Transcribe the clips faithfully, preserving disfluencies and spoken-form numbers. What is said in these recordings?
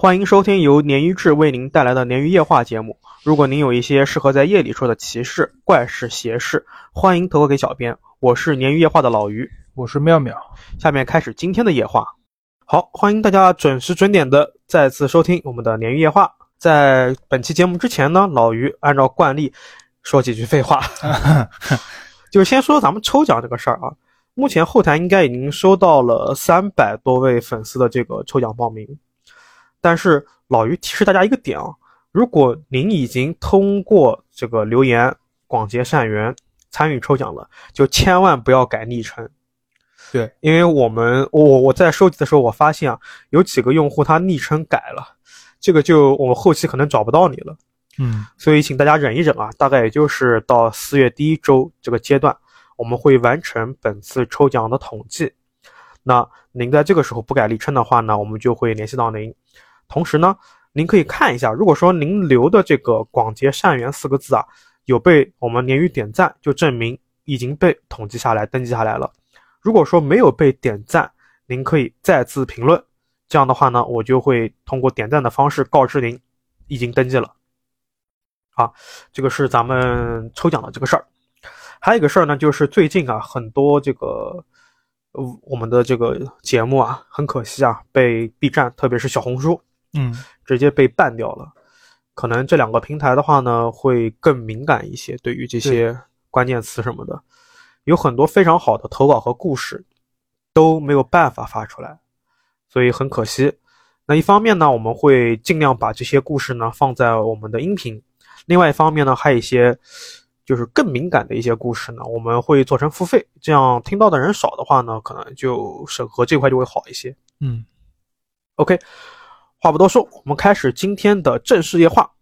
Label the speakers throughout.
Speaker 1: 欢迎收听由鲶鱼志为您带来的鲶鱼夜话节目。如果您有一些适合在夜里说的奇事、怪事、邪事，欢迎投稿给小编。我是鲶鱼夜话的老鱼，
Speaker 2: 我是妙妙。
Speaker 1: 下面开始今天的夜话。好，欢迎大家准时准点的再次收听我们的鲶鱼夜话。在本期节目之前呢，老鱼按照惯例说几句废话，就是先说咱们抽奖这个事儿啊。目前后台应该已经收到了三百多位粉丝的这个抽奖报名。但是老于提示大家一个点啊，如果您已经通过这个留言广结善缘参与抽奖了，就千万不要改昵称。
Speaker 2: 对，
Speaker 1: 因为我们我我在收集的时候，我发现啊，有几个用户他昵称改了，这个就我们后期可能找不到你了。
Speaker 2: 嗯，
Speaker 1: 所以请大家忍一忍啊，大概也就是到四月第一周这个阶段，我们会完成本次抽奖的统计。那您在这个时候不改昵称的话呢，我们就会联系到您。同时呢，您可以看一下，如果说您留的这个广结善缘四个字啊，有被我们鲶鱼点赞，就证明已经被统计下来登记下来了。如果说没有被点赞，您可以再次评论，这样的话呢，我就会通过点赞的方式告知您已经登记了。啊，这个是咱们抽奖的这个事儿。还有一个事儿呢，就是最近啊，很多这个呃我们的这个节目啊，很可惜啊，被 B 站特别是小红书
Speaker 2: 嗯，
Speaker 1: 直接被ban掉了。可能这两个平台的话呢，会更敏感一些，对于这些关键词什么的，有很多非常好的投稿和故事都没有办法发出来，所以很可惜。那一方面呢，我们会尽量把这些故事呢放在我们的音频，另外一方面呢，还有一些就是更敏感的一些故事呢，我们会做成付费，这样听到的人少的话呢，可能就审核这块就会好一些。
Speaker 2: 嗯
Speaker 1: OK， 话不多说，我们开始今天的正式夜话。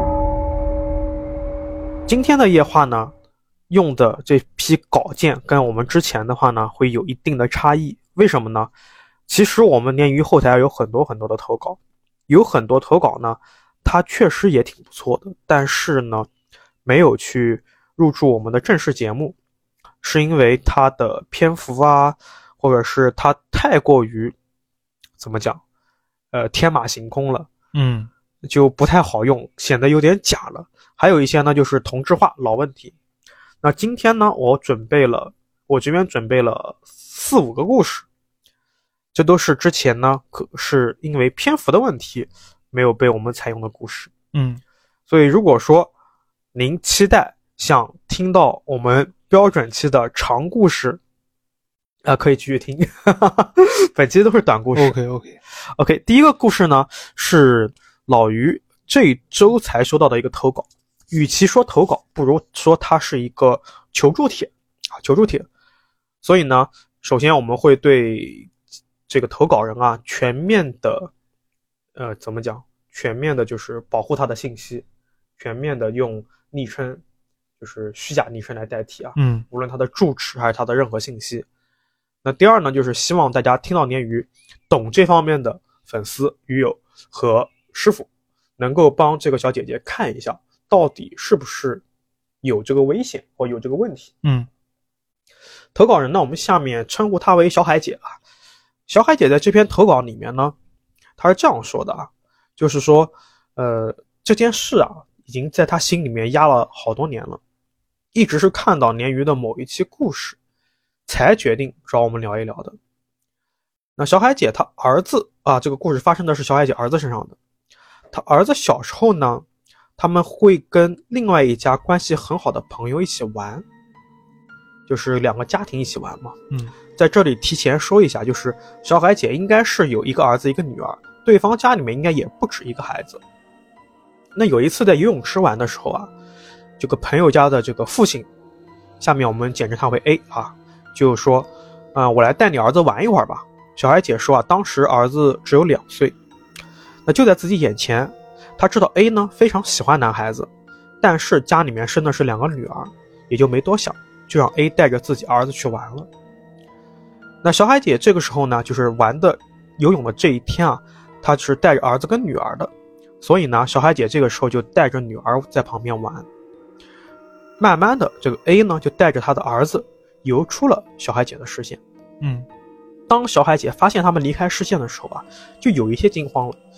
Speaker 1: 今天的夜话呢，用的这批稿件跟我们之前的话呢，会有一定的差异。为什么呢？其实我们鲶鱼后台有很多很多的投稿，有很多投稿呢，它确实也挺不错的，但是呢，没有去入驻我们的正式节目，是因为它的篇幅啊，或者是它太过于怎么讲，呃，天马行空了，
Speaker 2: 嗯，
Speaker 1: 就不太好用，显得有点假了。还有一些呢，就是同质化老问题。那今天呢，我准备了，我这边准备了四五个故事，这都是之前呢，可是因为篇幅的问题没有被我们采用的故事。
Speaker 2: 嗯，
Speaker 1: 所以如果说您期待想听到我们标准期的长故事啊、呃，可以继续听本期都是短故事。
Speaker 2: OK OK
Speaker 1: OK， 第一个故事呢是老于这周才收到的一个投稿，与其说投稿，不如说它是一个求助帖啊，求助帖。所以呢，首先我们会对这个投稿人啊全面的呃怎么讲全面的就是保护他的信息，全面的用昵称，就是虚假昵称来代替啊，
Speaker 2: 嗯，
Speaker 1: 无论他的住址还是他的任何信息。那第二呢，就是希望大家听到鲶鱼懂这方面的粉丝、鱼友和师傅，能够帮这个小姐姐看一下，到底是不是有这个危险或有这个问题。
Speaker 2: 嗯，
Speaker 1: 投稿人呢，我们下面称呼她为小海姐啊。小海姐在这篇投稿里面呢，她是这样说的啊，就是说，呃，这件事啊，已经在她心里面压了好多年了，一直是看到鲶鱼的某一期故事，才决定找我们聊一聊的。那小海姐她儿子啊，这个故事发生的是小海姐儿子身上的。她儿子小时候呢，他们会跟另外一家关系很好的朋友一起玩，就是两个家庭一起玩嘛。
Speaker 2: 嗯，
Speaker 1: 在这里提前说一下，就是小海姐应该是有一个儿子一个女儿，对方家里面应该也不止一个孩子。那有一次在游泳池玩的时候啊，这个朋友家的这个父亲，下面我们简称他为 A 啊，就说啊、呃，我来带你儿子玩一会儿吧。小海姐说啊，当时儿子只有两岁，那就在自己眼前，他知道 A 呢非常喜欢男孩子，但是家里面生的是两个女儿，也就没多想，就让 A 带着自己儿子去玩了。那小海姐这个时候呢，就是玩的游泳的这一天啊，她是带着儿子跟女儿的，所以呢，小海姐这个时候就带着女儿在旁边玩。慢慢的，这个 A 呢就带着他的儿子游出了小海姐的视线。
Speaker 2: 嗯，
Speaker 1: 当小海姐发现他们离开视线的时候啊，就有一些惊慌了。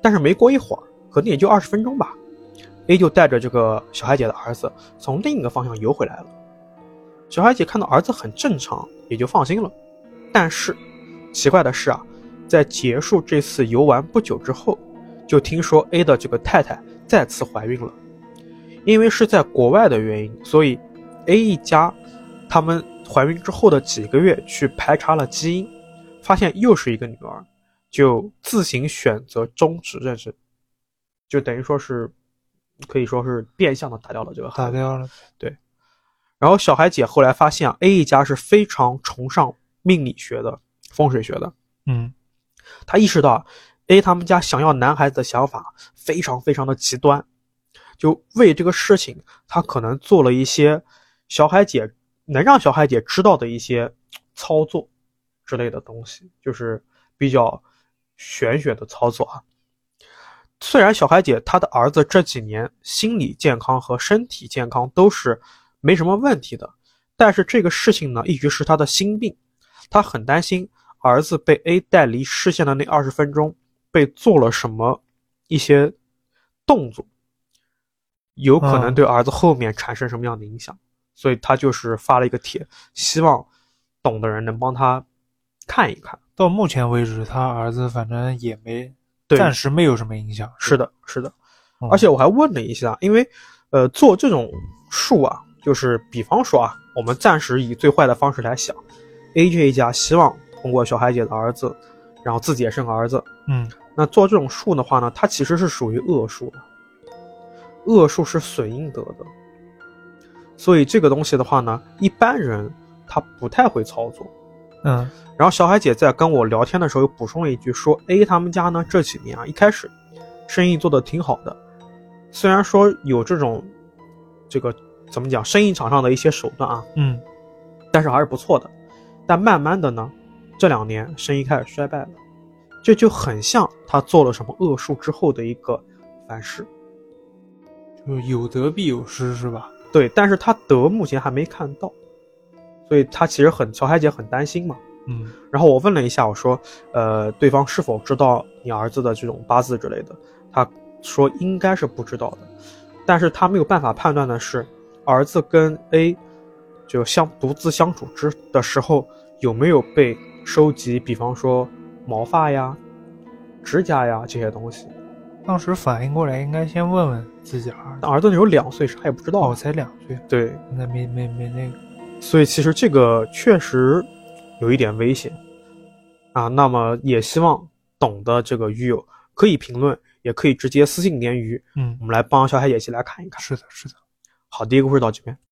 Speaker 1: 但是没过一会儿，可能也就二十分钟吧， A 就带着这个小海姐的儿子从另一个方向游回来了。小海姐看到儿子很正常，也就放心了。但是奇怪的是啊，在结束这次游玩不久之后，就听说 A 的这个太太再次怀孕了。因为是在国外的原因，所以 A 一家他们怀孕之后的几个月去排查了基因，发现又是一个女儿，就自行选择终止妊娠，就等于说是可以说是变相的打掉了这个孩子。
Speaker 2: 打掉了。
Speaker 1: 对。然后小海姐后来发现啊 ，A 一家是非常崇尚命理学的、风水学的。
Speaker 2: 嗯，
Speaker 1: 她意识到 A 他们家想要男孩子的想法非常非常的极端，就为这个事情，她可能做了一些小海姐能让小海姐知道的一些操作之类的东西，就是比较玄学的操作啊。虽然小海姐她的儿子这几年心理健康和身体健康都是没什么问题的，但是这个事情呢，一直是她的心病。她很担心儿子被 A 带离视线的那二十分钟被做了什么一些动作，有可能对儿子后面产生什么样的影响，嗯、所以她就是发了一个帖，希望懂的人能帮她看一看。
Speaker 2: 到目前为止，他儿子反正也没暂时没有什么影响。
Speaker 1: 是的，是的。嗯、而且我还问了一下，因为呃做这种术啊，就是比方说啊，我们暂时以最坏的方式来想 ，A 这一家希望通过小海姐的儿子，然后自己也生个儿子。
Speaker 2: 嗯，
Speaker 1: 那做这种术的话呢，它其实是属于恶术的，恶术是损阴德的，所以这个东西的话呢，一般人他不太会操作。
Speaker 2: 嗯，
Speaker 1: 然后小海姐在跟我聊天的时候又补充了一句，说 A 他们家呢这几年啊，一开始生意做得挺好的，虽然说有这种这个怎么讲生意场上的一些手段啊，
Speaker 2: 嗯，
Speaker 1: 但是还是不错的。但慢慢的呢，这两年生意开始衰败了，这就很像他做了什么恶术之后的一个反噬，
Speaker 2: 就有得必有失，是吧？
Speaker 1: 对，但是他得目前还没看到，所以他其实很小海姐很担心嘛。
Speaker 2: 嗯，
Speaker 1: 然后我问了一下，我说，呃，对方是否知道你儿子的这种八字之类的？他说应该是不知道的，但是他没有办法判断的是，儿子跟 A 就相独自相处之的时候，有没有被收集，比方说毛发呀、指甲呀这些东西。
Speaker 2: 当时反应过来，应该先问问自己儿子。
Speaker 1: 但儿子那时候两岁，啥也不知道。
Speaker 2: 哦，才两岁。
Speaker 1: 对，
Speaker 2: 那没没没那个。
Speaker 1: 所以其实这个确实有一点危险啊。那么也希望懂的这个鱼友可以评论，也可以直接私信鲶鱼，
Speaker 2: 嗯，
Speaker 1: 我们来帮小海姐一起来看一看。
Speaker 2: 是的，是的。
Speaker 1: 好，第一个故事到这边。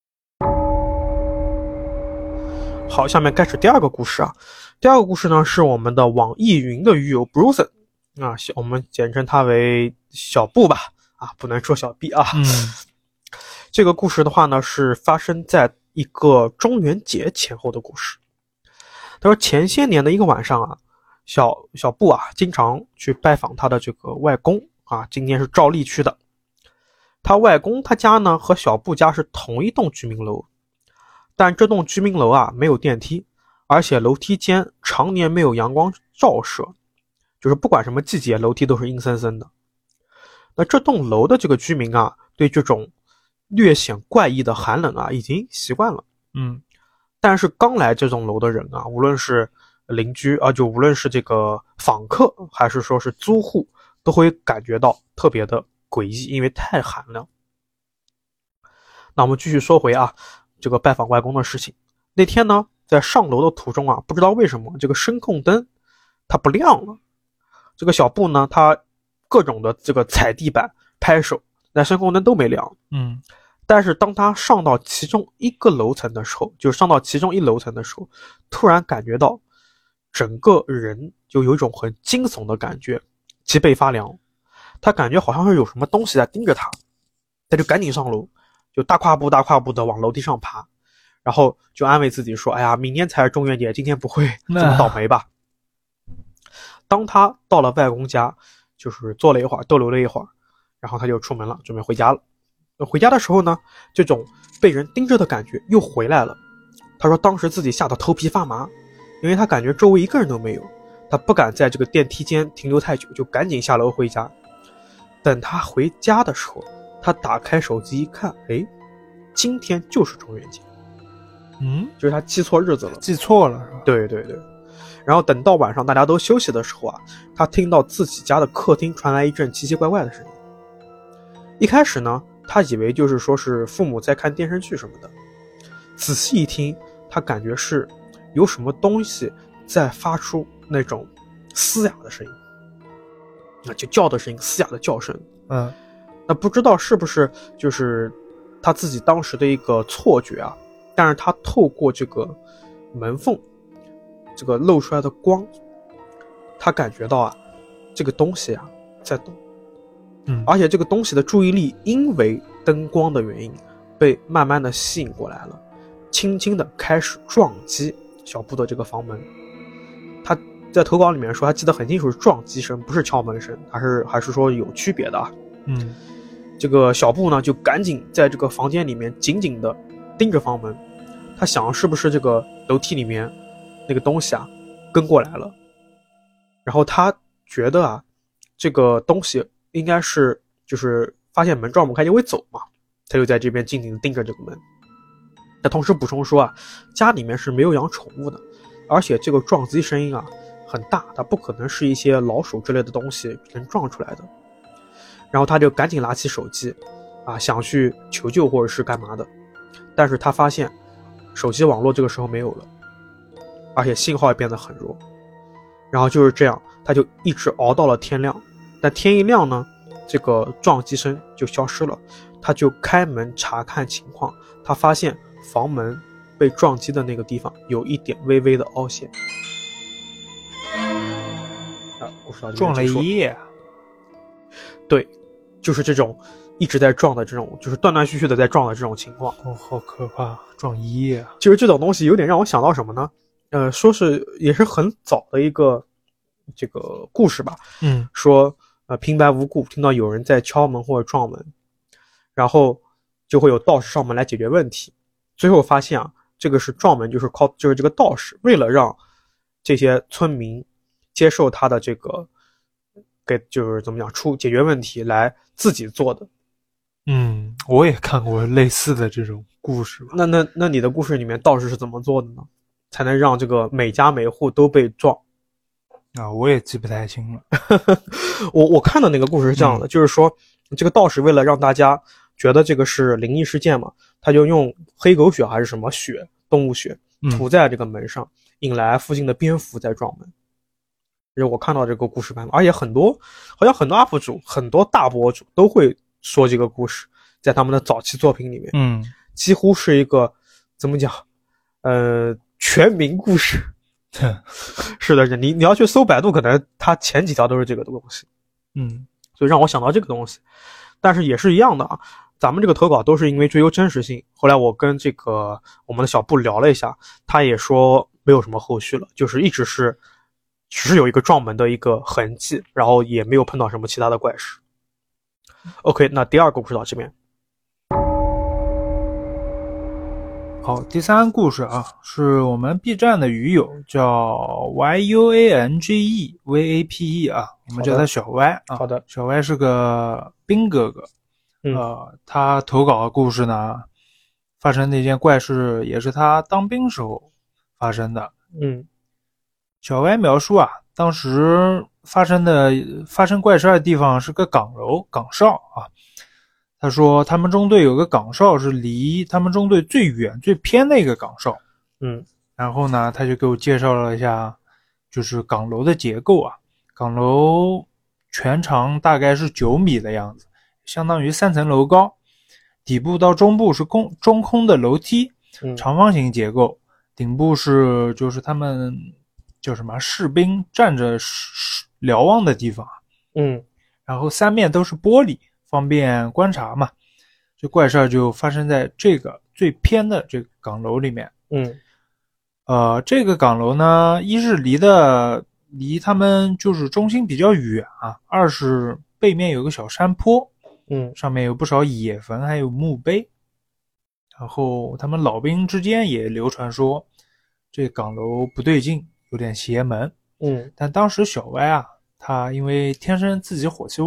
Speaker 1: 好，下面开始第二个故事啊。第二个故事呢是我们的网易云的鱼友 Bruce 啊，我们简称他为小布吧，啊，不能说小 B 啊。
Speaker 2: 嗯，
Speaker 1: 这个故事的话呢是发生在一个中元节前后的故事。他说前些年的一个晚上啊，小小布啊经常去拜访他的这个外公啊，今天是赵丽区的。他外公他家呢和小布家是同一栋居民楼，但这栋居民楼啊没有电梯，而且楼梯间常年没有阳光照射，就是不管什么季节楼梯都是阴森森的。那这栋楼的这个居民啊，对这种略显怪异的寒冷啊已经习惯了。
Speaker 2: 嗯，
Speaker 1: 但是刚来这栋楼的人啊，无论是邻居啊，就无论是这个访客还是说是租户，都会感觉到特别的诡异，因为太寒了。那我们继续说回啊，这个拜访外公的事情。那天呢，在上楼的途中啊，不知道为什么这个声控灯它不亮了。这个小布呢，他各种的这个踩地板、拍手，那声控灯都没亮。
Speaker 2: 嗯，
Speaker 1: 但是当他上到其中一个楼层的时候，就是上到其中一楼层的时候，突然感觉到整个人就有一种很惊悚的感觉，脊背发凉。他感觉好像是有什么东西在盯着他，他就赶紧上楼，就大跨步大跨步的往楼梯上爬，然后就安慰自己说，哎呀，明天才是中元节，今天不会这么倒霉吧。当他到了外公家，就是坐了一会儿，逗留了一会儿，然后他就出门了，准备回家了。回家的时候呢，这种被人盯着的感觉又回来了。他说当时自己吓得头皮发麻，因为他感觉周围一个人都没有，他不敢在这个电梯间停留太久，就赶紧下楼回家， 等他回家的时候，他打开手机一看，诶，今天就是中元节。
Speaker 2: 嗯，
Speaker 1: 就是他记错日子了，
Speaker 2: 记错了是吧？
Speaker 1: 对对对。然后等到晚上大家都休息的时候啊，他听到自己家的客厅传来一阵奇奇怪怪的声音。一开始呢，他以为就是说是父母在看电视剧什么的，仔细一听，他感觉是有什么东西在发出那种嘶哑的声音，啊，就叫的声音，嘶哑的叫声。
Speaker 2: 嗯，
Speaker 1: 那不知道是不是就是他自己当时的一个错觉啊？但是他透过这个门缝，这个露出来的光，他感觉到啊，这个东西啊在动。
Speaker 2: 嗯，
Speaker 1: 而且这个东西的注意力因为灯光的原因，被慢慢的吸引过来了，轻轻的开始撞击小布的这个房门。他在投稿里面说，他记得很清楚是撞击声，不是敲门声，还是还是说有区别的啊。
Speaker 2: 嗯，
Speaker 1: 这个小布呢就赶紧在这个房间里面紧紧的盯着房门，他想是不是这个楼梯里面那个东西啊跟过来了。然后他觉得啊，这个东西应该是就是发现门撞不开就会走嘛，他就在这边静静地盯着这个门。他同时补充说啊，家里面是没有养宠物的，而且这个撞击声音啊很大，它不可能是一些老鼠之类的东西能撞出来的。然后他就赶紧拿起手机啊，想去求救或者是干嘛的，但是他发现手机网络这个时候没有了，而且信号也变得很弱。然后就是这样，他就一直熬到了天亮。但天一亮呢，这个撞击声就消失了。他就开门查看情况，他发现房门被撞击的那个地方有一点微微的凹陷。啊，故事到这边
Speaker 2: 撞了一夜。
Speaker 1: 对，就是这种一直在撞的这种，就是断断续续的在撞的这种情况。
Speaker 2: 哦，好可怕，撞一夜啊！
Speaker 1: 就是这种东西有点让我想到什么呢？呃，说是也是很早的一个这个故事吧。
Speaker 2: 嗯，
Speaker 1: 说呃平白无故听到有人在敲门或者撞门，然后就会有道士上门来解决问题。最后发现啊，这个是撞门，就是靠就是这个道士为了让这些村民接受他的这个给就是怎么讲出解决问题来自己做的。
Speaker 2: 嗯，我也看过类似的这种故事吧。
Speaker 1: 那那那你的故事里面道士是怎么做的呢？才能让这个每家每户都被撞？
Speaker 2: 啊，我也记不太清了。
Speaker 1: 我我看的那个故事是这样的，嗯、就是说这个道士为了让大家觉得这个是灵异事件嘛，他就用黑狗血还是什么血，动物血涂在这个门上，嗯、引来附近的蝙蝠在撞门。就是我看到这个故事版本，而且很多好像很多 U P 主、很多大博主都会说这个故事，在他们的早期作品里面，
Speaker 2: 嗯，
Speaker 1: 几乎是一个怎么讲，呃，全民故事。是的，你你要去搜百度，可能它前几条都是这个东西。
Speaker 2: 嗯，
Speaker 1: 所以让我想到这个东西。但是也是一样的啊，咱们这个投稿都是因为追求真实性。后来我跟这个我们的小布聊了一下，他也说没有什么后续了，就是一直是只是有一个撞门的一个痕迹，然后也没有碰到什么其他的怪事。OK， 那第二个故事到这边。
Speaker 2: 好，第三个故事啊，是我们 B 站的鱼友叫 Y U A N G E V A P E 啊，我们叫他小 Y 啊。
Speaker 1: 好的，
Speaker 2: 小 Y 是个兵哥哥，
Speaker 1: 嗯、
Speaker 2: 呃，他投稿的故事呢，发生的一件怪事，也是他当兵时候发生的。
Speaker 1: 嗯，
Speaker 2: 小 Y 描述啊，当时发生的发生怪事的地方是个岗楼岗哨啊。他说他们中队有个岗哨是离他们中队最远最偏的一个岗哨。
Speaker 1: 嗯，
Speaker 2: 然后呢他就给我介绍了一下就是岗楼的结构啊。岗楼全长大概是九米的样子，相当于三层楼高，底部到中部是空中空的楼梯，长方形结构，顶部是就是他们叫什么士兵站着瞭望的地方。
Speaker 1: 嗯，
Speaker 2: 然后三面都是玻璃，方便观察嘛。这怪事就发生在这个最偏的这个岗楼里面。
Speaker 1: 嗯，
Speaker 2: 呃，这个岗楼呢，一是离的离他们就是中心比较远啊，二是背面有个小山坡，
Speaker 1: 嗯，
Speaker 2: 上面有不少野坟还有墓碑。然后他们老兵之间也流传说，这岗楼不对劲，有点邪门。
Speaker 1: 嗯，
Speaker 2: 但当时小歪啊，他因为天生自己火气旺。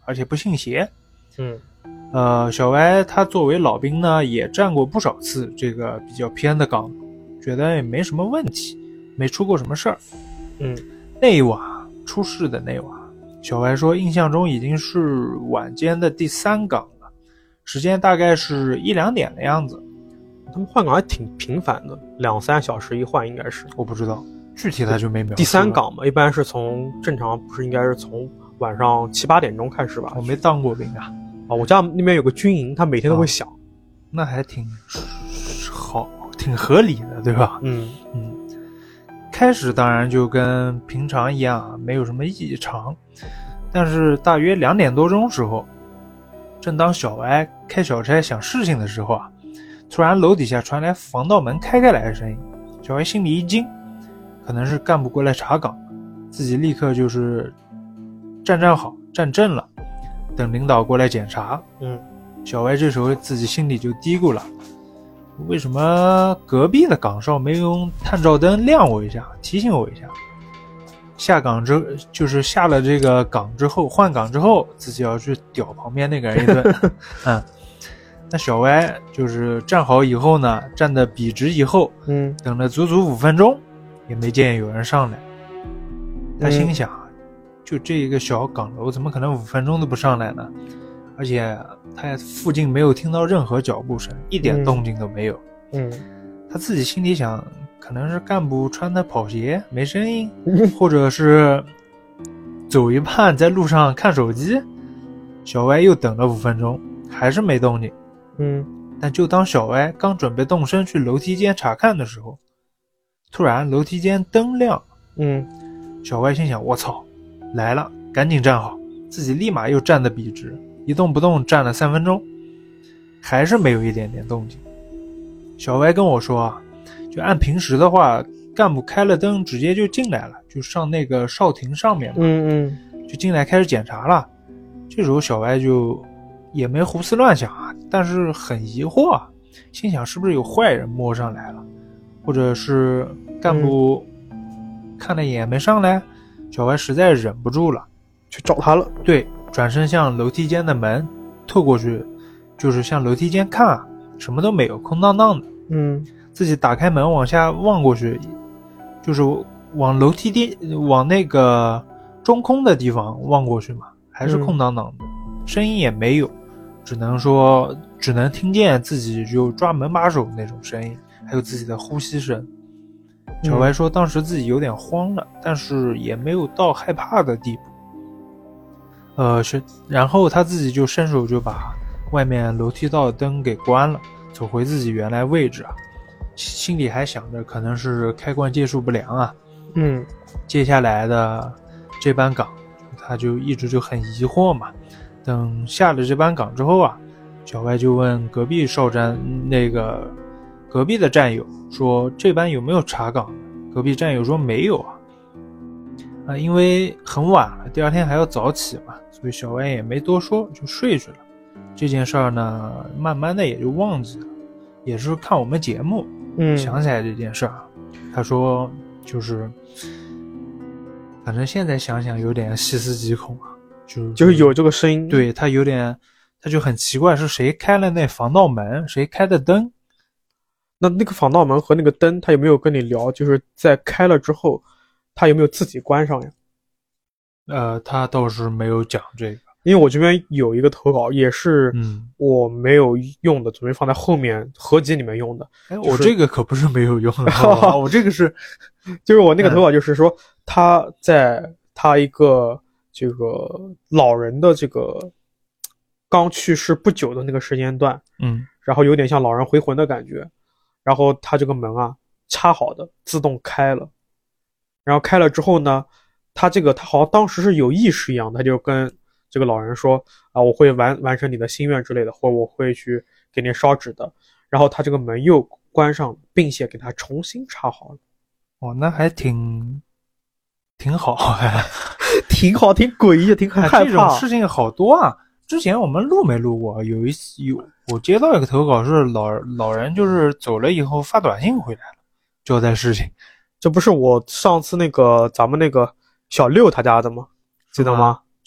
Speaker 2: 而且不信邪。
Speaker 1: 嗯，
Speaker 2: 呃，小歪他作为老兵呢，也站过不少次这个比较偏的岗，觉得也没什么问题，没出过什么事儿。
Speaker 1: 嗯，
Speaker 2: 那一晚出事的那晚，小歪说印象中已经是晚间的第三岗了，时间大概是一两点的样子。
Speaker 1: 他们换岗还挺频繁的，两三小时一换，应该是。
Speaker 2: 我不知道具体他就没描述。
Speaker 1: 第三岗嘛，一般是从正常不是应该是从晚上七八点钟开始吧？
Speaker 2: 我没当过兵啊。
Speaker 1: 啊，我家那边有个军营，他每天都会响。啊，
Speaker 2: 那还挺好，挺合理的，对吧？
Speaker 1: 嗯
Speaker 2: 嗯。开始当然就跟平常一样，没有什么异常。但是大约两点多钟时候，正当小歪开小差想事情的时候啊，突然楼底下传来防盗门开开来的声音。小歪心里一惊，可能是干部过来查岗，自己立刻就是站站好，站正了，等领导过来检查。
Speaker 1: 嗯，
Speaker 2: 小歪这时候自己心里就嘀咕了，为什么隔壁的岗哨没用探照灯亮我一下，提醒我一下？下岗之就是下了这个岗之后，换岗之后，自己要去屌旁边那个人一顿。嗯，那小歪就是站好以后呢，站得笔直以后，
Speaker 1: 嗯，
Speaker 2: 等了足足五分钟，也没见有人上来。他心想，嗯、就这一个小岗楼，怎么可能五分钟都不上来呢？而且他附近没有听到任何脚步声，一点动静都没有。
Speaker 1: 嗯，
Speaker 2: 他自己心里想，可能是干部穿的跑鞋没声音，或者是走一半在路上看手机。小歪又等了五分钟，还是没动静。
Speaker 1: 嗯，
Speaker 2: 但就当小歪刚准备动身去楼梯间查看的时候，突然楼梯间灯亮。
Speaker 1: 嗯，
Speaker 2: 小歪心想，我操，来了，赶紧站好，自己立马又站得笔直，一动不动站了三分钟，还是没有一点点动静。小歪跟我说啊，就按平时的话，干部开了灯直接就进来了，就上那个哨亭上面嘛，
Speaker 1: 嗯嗯，
Speaker 2: 就进来开始检查了。这时候小歪就也没胡思乱想啊，但是很疑惑啊，心想是不是有坏人摸上来了，或者是干部看了一眼没上来。嗯，小歪实在忍不住了，
Speaker 1: 去找他了。
Speaker 2: 对，转身向楼梯间的门透过去，就是向楼梯间看啊，什么都没有，空荡荡的。
Speaker 1: 嗯，自
Speaker 2: 己打开门往下望过去，就是往楼梯间往那个中空的地方望过去嘛，还是空荡荡的，嗯，声音也没有，只能说只能听见自己就抓门把手那种声音，还有自己的呼吸声。小歪说当时自己有点慌了，但是也没有到害怕的地步。呃，是，然后他自己就伸手就把外面楼梯道的灯给关了，走回自己原来位置啊，心里还想着可能是开关接触不良啊。
Speaker 1: 嗯，
Speaker 2: 接下来的这班岗，他就一直就很疑惑嘛。等下了这班岗之后啊，小歪就问隔壁哨站那个隔壁的战友说这班有没有查岗？隔壁战友说没有啊。啊，因为很晚了，第二天还要早起嘛，所以小歪也没多说，就睡去了。这件事儿呢，慢慢的也就忘记了，也是看我们节目，
Speaker 1: 嗯，
Speaker 2: 想起来这件事儿。他说，就是，反正现在想想有点细思极恐啊，就
Speaker 1: 就是有这个声音，
Speaker 2: 对，他有点，他就很奇怪，是谁开了那防盗门，谁开的灯？
Speaker 1: 那那个防盗门和那个灯，他有没有跟你聊？就是在开了之后，他有没有自己关上呀？
Speaker 2: 呃，他倒是没有讲这个，
Speaker 1: 因为我这边有一个投稿，也是我没有用的，嗯，准备放在后面合集里面用的。
Speaker 2: 哎，就是，我这个可不是没有用的，我这个是，
Speaker 1: 就是我那个投稿，就是说，嗯，他在他一个这个老人的这个刚去世不久的那个时间段，
Speaker 2: 嗯，
Speaker 1: 然后有点像老人回魂的感觉，然后他这个门啊插好的自动开了，然后开了之后呢，他这个他好像当时是有意识一样，他就跟这个老人说啊，我会完完成你的心愿之类的，或者我会去给你烧纸的。然后他这个门又关上，并且给他重新插好了。
Speaker 2: 哦，那还挺挺好，
Speaker 1: 挺好，挺诡异，挺害怕。
Speaker 2: 这种事情好多啊。之前我们录没录过？有一有我接到一个投稿是老老人就是走了以后发短信回来了，交代事情。
Speaker 1: 这不是我上次那个咱们那个小六他家的吗？记得吗？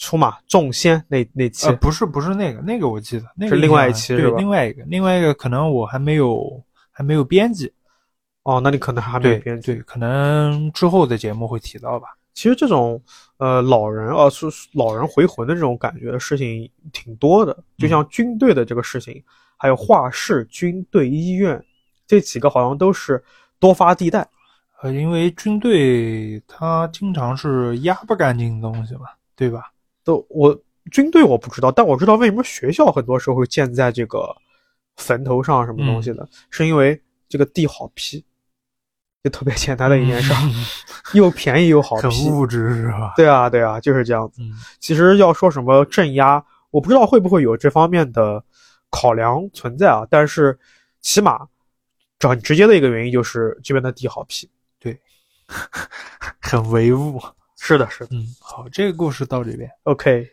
Speaker 1: 出马中仙那那期、
Speaker 2: 呃、不是不是那个那个我记得那个
Speaker 1: 是另外一期是吧？
Speaker 2: 对，另外一个另外一个可能我还没有还没有编辑。
Speaker 1: 哦，那你可能还没有编辑。
Speaker 2: 对对，可能之后的节目会提到吧。
Speaker 1: 其实这种呃老人啊、呃、是老人回魂的这种感觉的事情挺多的，就像军队的这个事情、嗯、还有画室、军队、医院这几个好像都是多发地带。
Speaker 2: 呃，因为军队它经常是压不干净的东西嘛，对吧？
Speaker 1: 都我军队我不知道，但我知道为什么学校很多时候会建在这个坟头上什么东西的、嗯、是因为这个地好批，就特别简单的一件事、嗯、又便宜又好批，
Speaker 2: 很物质是吧？
Speaker 1: 对啊对啊，就是这样子、
Speaker 2: 嗯、
Speaker 1: 其实要说什么镇压，我不知道会不会有这方面的考量存在啊，但是起码很直接的一个原因就是这边的地好批。
Speaker 2: 对，很唯物。
Speaker 1: 是的，是的。
Speaker 2: 嗯，好，这个故事到这边。
Speaker 1: OK。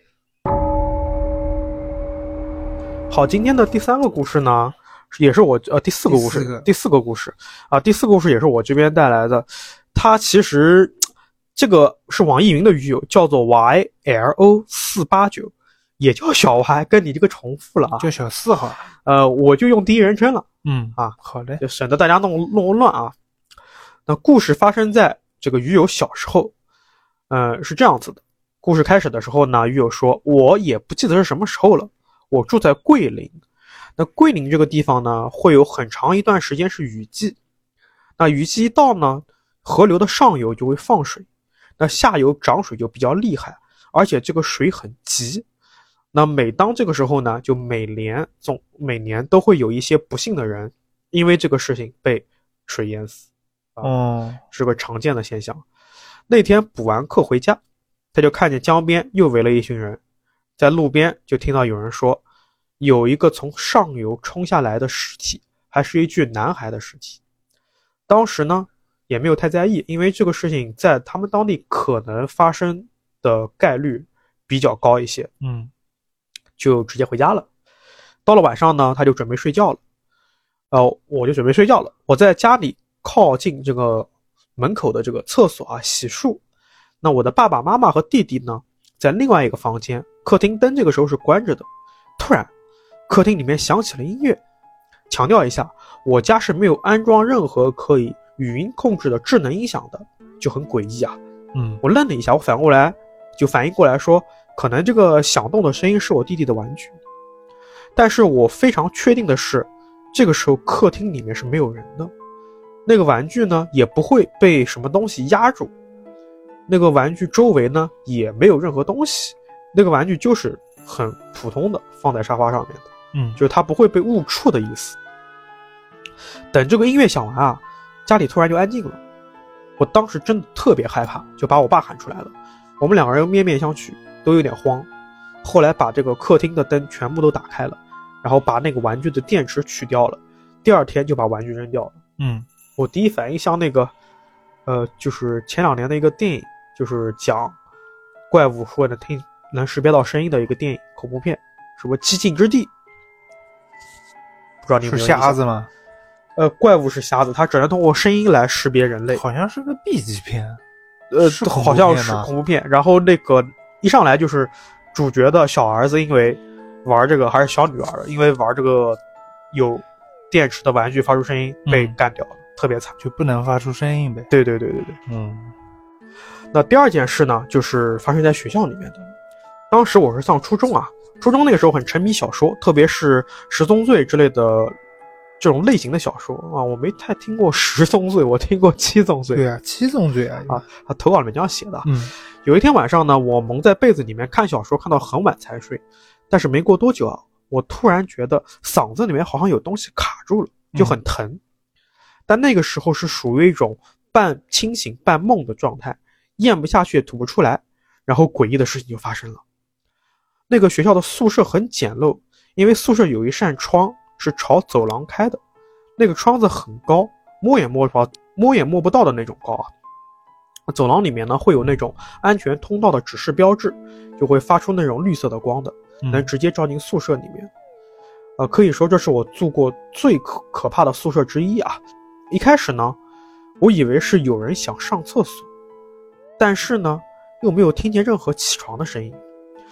Speaker 1: 好，今天的第三个故事呢，也是我呃第四个故事，第四, 第四个故事啊，第四个故事也是我这边带来的。它其实这个是网易云的鱼友，叫做 Y L O 四八九，也叫小 Y， 跟你这个重复了啊，
Speaker 2: 叫小四号。
Speaker 1: 呃，我就用第一人称了。
Speaker 2: 嗯
Speaker 1: 啊，
Speaker 2: 好嘞，
Speaker 1: 就省得大家弄弄乱啊。那故事发生在这个鱼友小时候，呃，是这样子的。故事开始的时候呢，鱼友说，我也不记得是什么时候了，我住在桂林。那桂林这个地方呢，会有很长一段时间是雨季。那雨季一到呢，河流的上游就会放水，那下游涨水就比较厉害，而且这个水很急。那每当这个时候呢，就每年总每年都会有一些不幸的人，因为这个事情被水淹死。啊、
Speaker 2: 哦，
Speaker 1: 是个常见的现象。那天补完课回家，他就看见江边又围了一群人，在路边就听到有人说，有一个从上游冲下来的尸体，还是一具男孩的尸体。当时呢也没有太在意，因为这个事情在他们当地可能发生的概率比较高一些。
Speaker 2: 嗯，
Speaker 1: 就直接回家了。到了晚上呢，他就准备睡觉了。呃，我就准备睡觉了。我在家里靠近这个门口的这个厕所啊洗漱。那我的爸爸妈妈和弟弟呢，在另外一个房间，客厅灯这个时候是关着的。突然，客厅里面响起了音乐。强调一下，我家是没有安装任何可以语音控制的智能音响的，就很诡异啊。
Speaker 2: 嗯，
Speaker 1: 我愣了一下，我反过来就反应过来说，可能这个响动的声音是我弟弟的玩具。但是我非常确定的是，这个时候客厅里面是没有人的，那个玩具呢也不会被什么东西压住，那个玩具周围呢也没有任何东西，那个玩具就是很普通的放在沙发上面的，
Speaker 2: 嗯，
Speaker 1: 就是它不会被误触的意思。等这个音乐响完啊，家里突然就安静了。我当时真的特别害怕，就把我爸喊出来了。我们两个人面面相觑，都有点慌。后来把这个客厅的灯全部都打开了，然后把那个玩具的电池取掉了。第二天就把玩具扔掉了。
Speaker 2: 嗯，
Speaker 1: 我第一反应像那个，呃，就是前两年的一个电影，就是讲怪物或者听能识别到声音的一个电影恐怖片，什么寂静之地。不知道你有没有印象？
Speaker 2: 是瞎子吗？
Speaker 1: 呃，怪物是瞎子，他只能通过声音来识别人类。
Speaker 2: 好像是个 B 级片，
Speaker 1: 呃，
Speaker 2: 是恐怖
Speaker 1: 好像
Speaker 2: 片吗？
Speaker 1: 是恐怖片。然后那个一上来就是主角的小儿子，因为玩这个还是小女儿，因为玩这个有电池的玩具发出声音被干掉了，嗯、特别惨，
Speaker 2: 就不能发出声音呗。
Speaker 1: 对对对对对，
Speaker 2: 嗯。
Speaker 1: 那第二件事呢，就是发生在学校里面的。当时我是上初中啊，初中那个时候很沉迷小说，特别是十宗罪之类的这种类型的小说啊，我没太听过十宗罪，我听过七宗罪。
Speaker 2: 对啊，七宗罪啊！
Speaker 1: 啊，他投稿里面这样写的。
Speaker 2: 嗯，
Speaker 1: 有一天晚上呢，我蒙在被子里面看小说，看到很晚才睡。但是没过多久啊，我突然觉得嗓子里面好像有东西卡住了，就很疼。嗯、但那个时候是属于一种半清醒半梦的状态，咽不下去也吐不出来。然后诡异的事情就发生了。那个学校的宿舍很简陋，因为宿舍有一扇窗是朝走廊开的，那个窗子很高，摸也摸不到，摸也摸不到的那种高啊。走廊里面呢会有那种安全通道的指示标志，就会发出那种绿色的光的，能直接照进宿舍里面。呃，可以说这是我住过最可可怕的宿舍之一啊。一开始呢，我以为是有人想上厕所，但是呢，又没有听见任何起床的声音。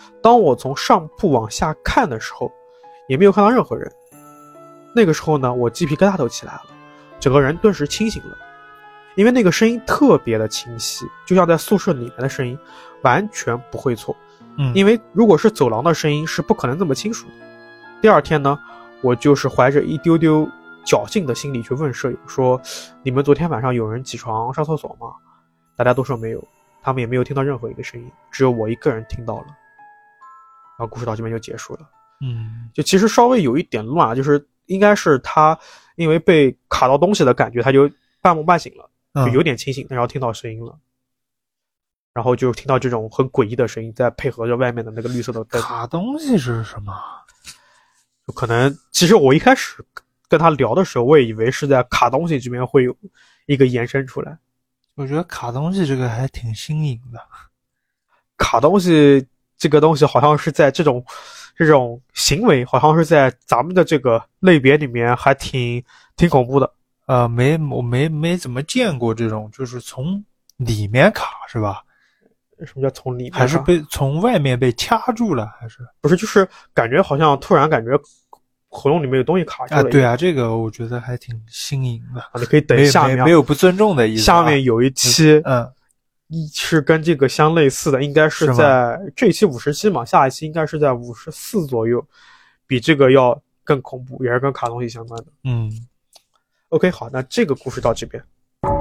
Speaker 1: 当我从上铺往下看的时候，也没有看到任何人。那个时候呢，我鸡皮疙瘩都起来了，整个人顿时清醒了。因为那个声音特别的清晰，就像在宿舍里面的声音，完全不会错。
Speaker 2: 嗯，
Speaker 1: 因为如果是走廊的声音是不可能这么清楚的。第二天呢，我就是怀着一丢丢侥幸的心理去问舍友说，你们昨天晚上有人起床上厕所吗？大家都说没有，他们也没有听到任何一个声音，只有我一个人听到了。然后故事到这边就结束了。
Speaker 2: 嗯，
Speaker 1: 就其实稍微有一点乱，就是应该是他因为被卡到东西的感觉，他就半梦半醒了，就有点清醒，然后听到声音了，然后就听到这种很诡异的声音，再配合着外面的那个绿色的灯。
Speaker 2: 卡东西是什么？
Speaker 1: 可能其实我一开始跟他聊的时候，我也以为是在卡东西这边会有一个延伸出来。
Speaker 2: 我觉得卡东西这个还挺新颖的。
Speaker 1: 卡东西这个东西好像是在这种这种行为，好像是在咱们的这个类别里面还挺挺恐怖的。
Speaker 2: 呃，没，我没没怎么见过这种，就是从里面卡是吧？
Speaker 1: 什么叫从里面卡？
Speaker 2: 还是被从外面被掐住了？还是
Speaker 1: 不是？就是感觉好像突然感觉喉咙里面有东西卡住了。
Speaker 2: 啊，对啊，这个我觉得还挺新颖的。
Speaker 1: 啊，你可以等下面、啊、
Speaker 2: 没, 没有不尊重的意思、啊。
Speaker 1: 下面有一期，
Speaker 2: 嗯，
Speaker 1: 是跟这个相类似的，应该是在是这一期五十七嘛，下一期应该是在五十四左右，比这个要更恐怖，也是跟卡东西相关的。
Speaker 2: 嗯。
Speaker 1: OK， 好，那这个故事到这边。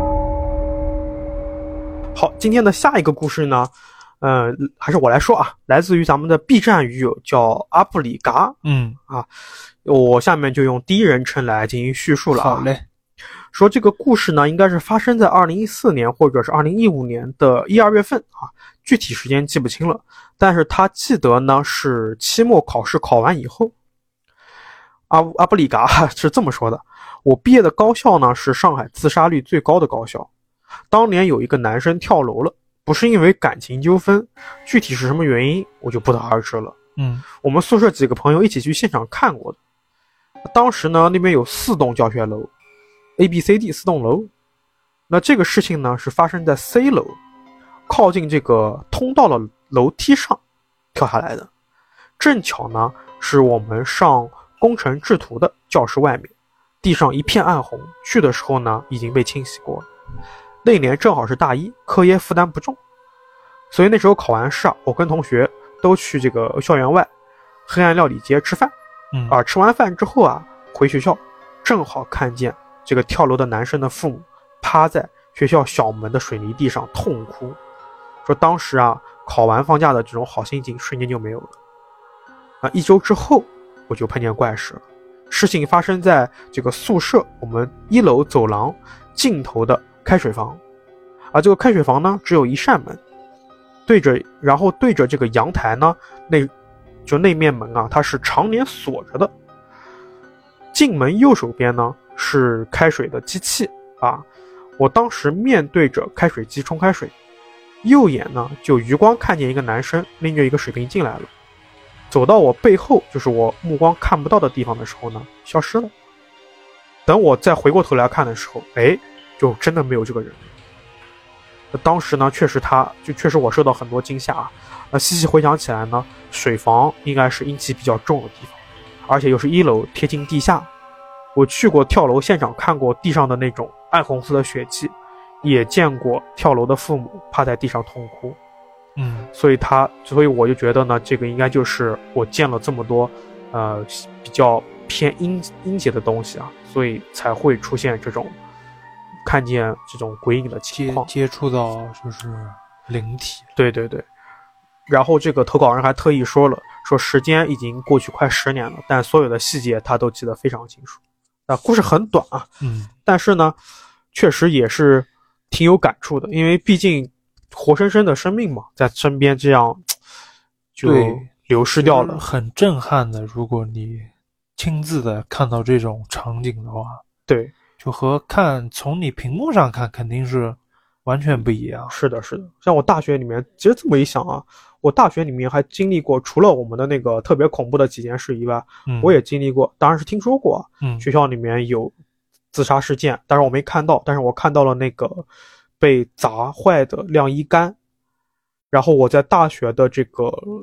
Speaker 1: 好，今天的下一个故事呢，嗯、呃，还是我来说啊，来自于咱们的 B 站鱼友叫阿布里嘎，
Speaker 2: 嗯
Speaker 1: 啊，我下面就用第一人称来进行叙述了、啊。
Speaker 2: 好嘞。
Speaker 1: 说这个故事呢，应该是发生在二零一四年或者是二零一五年的一二月份啊，具体时间记不清了，但是他记得呢是期末考试考完以后。阿阿布里嘎是这么说的。我毕业的高校呢是上海自杀率最高的高校，当年有一个男生跳楼了，不是因为感情纠纷，具体是什么原因我就不得而知了。
Speaker 2: 嗯，
Speaker 1: 我们宿舍几个朋友一起去现场看过的。当时呢那边有四栋教学楼 A B C D 四栋楼，那这个事情呢是发生在 C 楼，靠近这个通道的楼梯上跳下来的，正巧呢是我们上工程制图的教室外面，地上一片暗红，去的时候呢已经被清洗过了。那年正好是大一，课业负担不重，所以那时候考完试啊，我跟同学都去这个校园外黑暗料理街吃饭。
Speaker 2: 嗯
Speaker 1: 啊，吃完饭之后啊，回学校正好看见这个跳楼的男生的父母趴在学校小门的水泥地上痛哭，说当时啊考完放假的这种好心情瞬间就没有了。啊，一周之后我就碰见怪事了。事情发生在这个宿舍我们一楼走廊尽头的开水房，而这个开水房呢只有一扇门，对着然后对着这个阳台呢，那就那面门啊它是常年锁着的。进门右手边呢是开水的机器啊，我当时面对着开水机冲开水，右眼呢就余光看见一个男生拎着一个水瓶进来了，走到我背后，就是我目光看不到的地方的时候呢消失了。等我再回过头来看的时候，哎，就真的没有这个人。当时呢确实他就确实我受到很多惊吓啊。那细细回想起来呢，水房应该是阴气比较重的地方，而且又是一楼贴近地下。我去过跳楼现场，看过地上的那种暗红色的血迹，也见过跳楼的父母趴在地上痛哭。
Speaker 2: 嗯，
Speaker 1: 所以他所以我就觉得呢，这个应该就是我见了这么多呃比较偏阴阴邪的东西啊，所以才会出现这种看见这种鬼影的情况，
Speaker 2: 接接触到就是灵体。
Speaker 1: 对对对。然后这个投稿人还特意说了，说时间已经过去快十年了，但所有的细节他都记得非常清楚。啊，故事很短啊，
Speaker 2: 嗯，
Speaker 1: 但是呢，确实也是挺有感触的，因为毕竟活生生的生命嘛，在身边这样就流失掉了，
Speaker 2: 很震撼的。如果你亲自的看到这种场景的话，
Speaker 1: 对，
Speaker 2: 就和看从你屏幕上看肯定是完全不一样。
Speaker 1: 是的，是的。像我大学里面，其实这么一想啊，我大学里面还经历过，除了我们的那个特别恐怖的几件事以外，
Speaker 2: 嗯、
Speaker 1: 我也经历过，当然是听说过，
Speaker 2: 嗯，
Speaker 1: 学校里面有自杀事件，但是我没看到，但是我看到了那个被砸坏的晾衣杆。然后我在大学的这个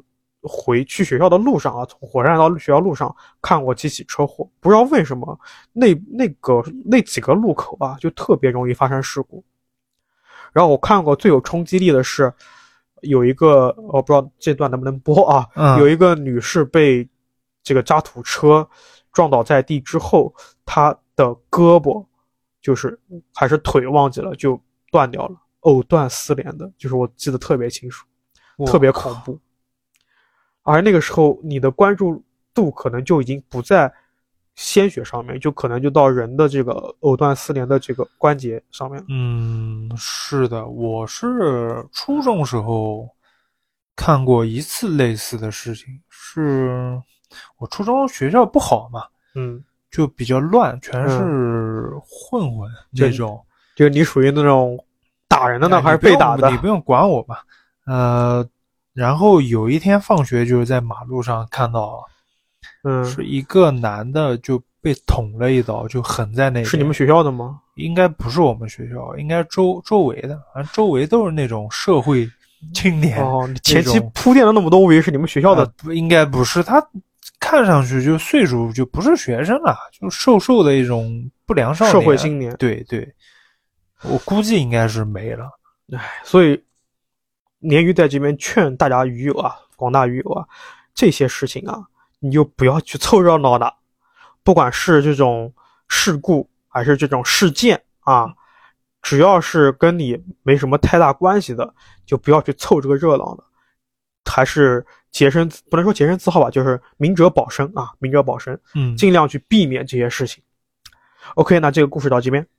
Speaker 1: 回去学校的路上啊，从火车站到学校路上看过几起车祸，不知道为什么那那个那几个路口啊就特别容易发生事故。然后我看过最有冲击力的是有一个我不知道这段能不能播啊、嗯、有一个女士被这个渣土车撞倒在地之后，她的胳膊就是还是腿忘记了就断掉了，藕断丝连的，就是我记得特别清楚，特别恐怖。而那个时候你的关注度可能就已经不在鲜血上面，就可能就到人的这个藕断丝连的这个关节上面。
Speaker 2: 嗯，是的，我是初中时候看过一次类似的事情，是我初中学校不好嘛，
Speaker 1: 嗯，
Speaker 2: 就比较乱，全是混混这种、
Speaker 1: 嗯、就你属于那种打人的呢、哎、还是被打的？
Speaker 2: 你不用管我吧。呃然后有一天放学就是在马路上看到，
Speaker 1: 嗯，
Speaker 2: 是一个男的就被捅了一刀，就横在那边。
Speaker 1: 是你们学校的吗？
Speaker 2: 应该不是我们学校，应该周周围的，反正周围都是那种社会青年。
Speaker 1: 哦，你前期铺垫了那么多，我以为是你们学校的。
Speaker 2: 呃、不应该不是，他看上去就岁数就不是学生了，就瘦瘦的一种不良少年，
Speaker 1: 社会青年。
Speaker 2: 对对，我估计应该是没了。
Speaker 1: 唉，所以。鲶鱼在这边劝大家鱼友啊，广大鱼友啊，这些事情啊，你就不要去凑热闹的，不管是这种事故还是这种事件啊，只要是跟你没什么太大关系的，就不要去凑这个热闹的，还是洁身，不能说洁身自好吧，就是明哲保身啊，明哲保身，
Speaker 2: 嗯，
Speaker 1: 尽量去避免这些事情。OK， 那这个故事到这边。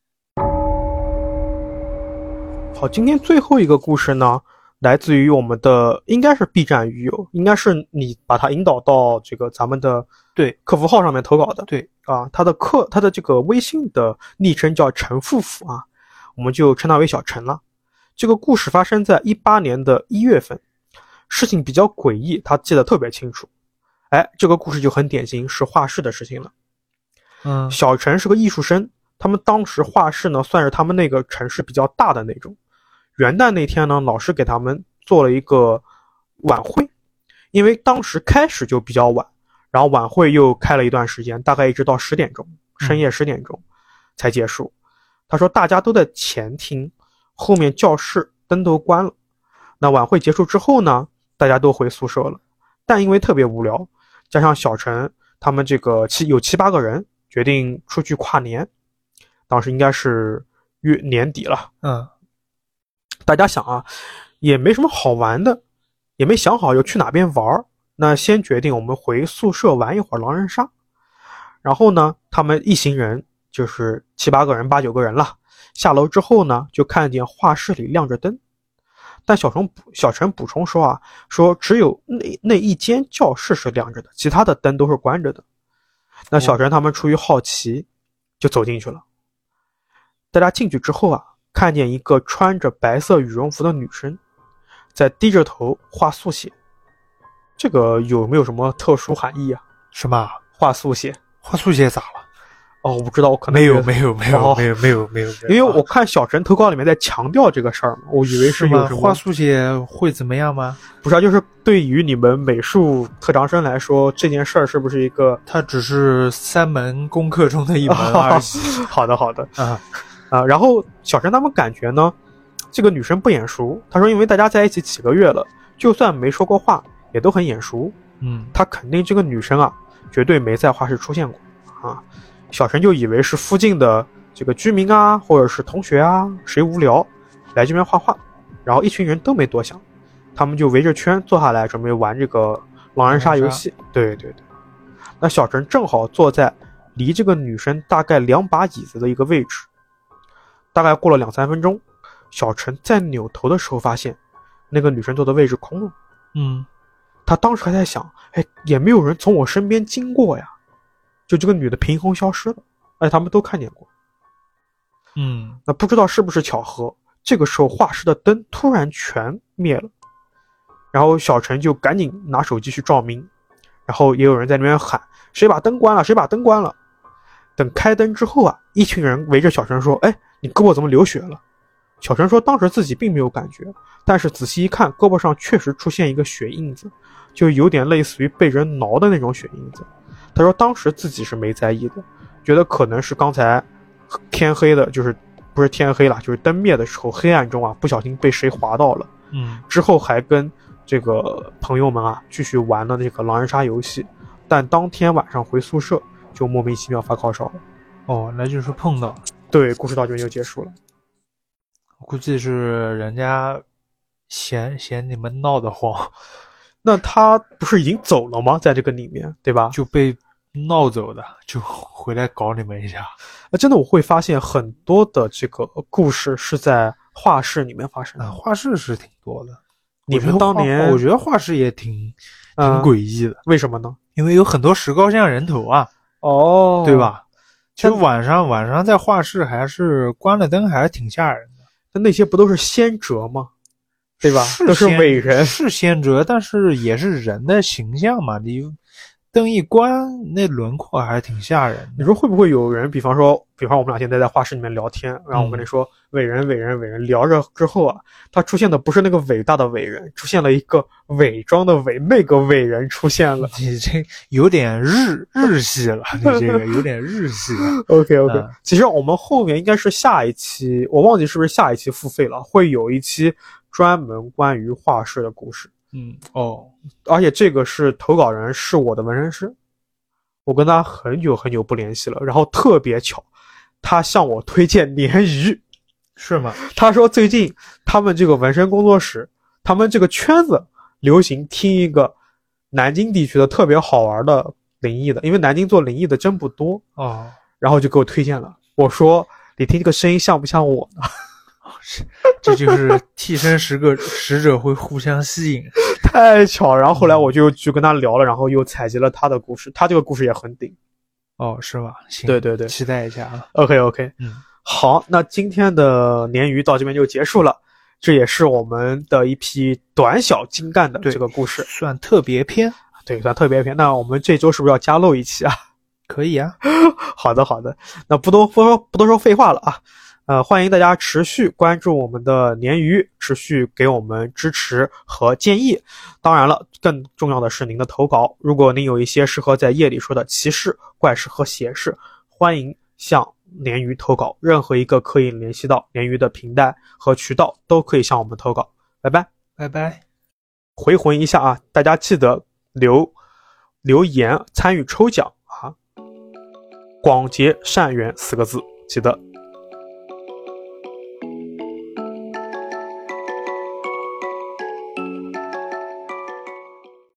Speaker 1: 好，今天最后一个故事呢，来自于我们的应该是 B 站鱼友，应该是你把他引导到这个咱们的
Speaker 2: 对
Speaker 1: 客服号上面投稿的。
Speaker 2: 对
Speaker 1: 啊，他的客他的这个微信的昵称叫陈富富啊，我们就称他为小陈了。这个故事发生在一八年的一月份，事情比较诡异，他记得特别清楚。哎，这个故事就很典型，是画室的事情了。
Speaker 2: 嗯，
Speaker 1: 小陈是个艺术生，他们当时画室呢算是他们那个城市比较大的那种。元旦那天呢，老师给他们做了一个晚会，因为当时开始就比较晚，然后晚会又开了一段时间，大概一直到十点钟，深夜十点钟才结束。他说大家都在前厅，后面教室灯都关了。那晚会结束之后呢，大家都回宿舍了，但因为特别无聊，加上小陈他们这个七有七八个人决定出去跨年，当时应该是月年底了。
Speaker 2: 嗯。
Speaker 1: 大家想啊，也没什么好玩的，也没想好要去哪边玩，那先决定我们回宿舍玩一会儿狼人杀。然后呢，他们一行人就是七八个人八九个人了，下楼之后呢，就看见画室里亮着灯。但小陈小陈补充说啊，说只有那那一间教室是亮着的，其他的灯都是关着的。那小陈他们出于好奇就走进去了。大家进去之后啊，看见一个穿着白色羽绒服的女生在低着头画速写。这个有没有什么特殊含义啊？
Speaker 2: 什么
Speaker 1: 画速写？
Speaker 2: 画速写咋了？
Speaker 1: 哦，我不知道，我可能
Speaker 2: 没有没有没有、哦、没有没有没有，
Speaker 1: 因为我看小陈投稿里面在强调这个事儿嘛，我以为是有什么
Speaker 2: 画速写会怎么样吗？
Speaker 1: 不是啊，就是对于你们美术特长生来说，这件事儿是不是一个？
Speaker 2: 它只是三门功课中的一门而已。
Speaker 1: 好的好的
Speaker 2: 啊
Speaker 1: 啊，然后小陈他们感觉呢，这个女生不眼熟。他说，因为大家在一起几个月了，就算没说过话，也都很眼熟。
Speaker 2: 嗯，
Speaker 1: 他肯定这个女生啊，绝对没在画室出现过啊。小陈就以为是附近的这个居民啊，或者是同学啊，谁无聊来这边画画，然后一群人都没多想，他们就围着圈坐下来准备玩这个狼人杀游戏。对对对，那小陈正好坐在离这个女生大概两把椅子的一个位置。大概过了两三分钟，小陈在扭头的时候发现那个女生坐的位置空了。
Speaker 2: 嗯，
Speaker 1: 他当时还在想，哎，也没有人从我身边经过呀，就这个女的凭空消失了，哎，他们都看见过。
Speaker 2: 嗯，
Speaker 1: 那不知道是不是巧合，这个时候画室的灯突然全灭了，然后小陈就赶紧拿手机去照明，然后也有人在那边喊，谁把灯关了，谁把灯关了。等开灯之后啊，一群人围着小陈说，哎，你胳膊怎么流血了？小陈说当时自己并没有感觉，但是仔细一看，胳膊上确实出现一个血印子， 就有点类似于被人挠的那种血印子。他说当时自己是没在意的，觉得可能是刚才天黑的，就是不是天黑了，就是灯灭的时候，黑暗中啊不小心被谁划到了。
Speaker 2: 嗯，
Speaker 1: 之后还跟这个朋友们啊继续玩了这个狼人杀游戏，但当天晚上回宿舍就莫名其妙发高烧了。
Speaker 2: 哦，那就是碰到了。
Speaker 1: 对，故事到这边就结束了。
Speaker 2: 估计是人家嫌嫌你们闹得慌，
Speaker 1: 那他不是已经走了吗？在这个里面，对吧？
Speaker 2: 就被闹走的，就回来搞你们一下。
Speaker 1: 那真的我会发现很多的这个故事是在画室里面发生的。
Speaker 2: 啊，画室是挺多的。
Speaker 1: 你们当年，
Speaker 2: 我觉得画室也挺挺诡异的、嗯。
Speaker 1: 为什么呢？
Speaker 2: 因为有很多石膏像人头啊。
Speaker 1: 哦，
Speaker 2: 对吧？其实晚上晚上在画室还是关了灯，还是挺吓人的。
Speaker 1: 那那些不都是先哲吗？对吧？都是伟人，
Speaker 2: 是先哲，但是也是人的形象嘛。你灯一关，那轮廓还是挺吓人的。
Speaker 1: 你说会不会有人，比方说，比方我们俩现在在画室里面聊天，然后我跟你说、嗯、伟人伟人伟人，聊着之后啊，他出现的不是那个伟大的伟人，出现了一个伪装的伪，那个伟人出现了。
Speaker 2: 你这有点日日系了，你这个有点日系了。
Speaker 1: OK OK，、嗯、其实我们后面应该是下一期，我忘记是不是下一期付费了，会有一期专门关于画室的故事。
Speaker 2: 嗯哦，
Speaker 1: 而且这个是投稿人是我的纹身师，我跟他很久很久不联系了，然后特别巧，他向我推荐鲶鱼。
Speaker 2: 是吗？
Speaker 1: 他说最近他们这个纹身工作室，他们这个圈子流行听一个南京地区的特别好玩的灵异的，因为南京做灵异的真不多
Speaker 2: 哦，
Speaker 1: 然后就给我推荐了。我说你听这个声音像不像我呢？
Speaker 2: 这就是替身十个使者会互相吸引，
Speaker 1: 太巧。然后后来我就去跟他聊了，然后又采集了他的故事，他这个故事也很顶。
Speaker 2: 哦，是吧？行，
Speaker 1: 对对对，
Speaker 2: 期待一下啊。
Speaker 1: OK OK，
Speaker 2: 嗯，
Speaker 1: 好，那今天的鲶鱼到这边就结束了，这也是我们的一批短小精干的这个故事，
Speaker 2: 算特别篇。
Speaker 1: 对，算特别篇。那我们这周是不是要加漏一期啊？
Speaker 2: 可以啊。
Speaker 1: 好的好的，那不多不说不多说废话了啊。呃，欢迎大家持续关注我们的鲶鱼，持续给我们支持和建议。当然了，更重要的是您的投稿。如果您有一些适合在夜里说的奇事、怪事和邪事，欢迎向鲶鱼投稿。任何一个可以联系到鲶鱼的平台和渠道都可以向我们投稿。拜拜，
Speaker 2: 拜拜。
Speaker 1: 回魂一下啊，大家记得留留言参与抽奖啊，广结善缘四个字，记得。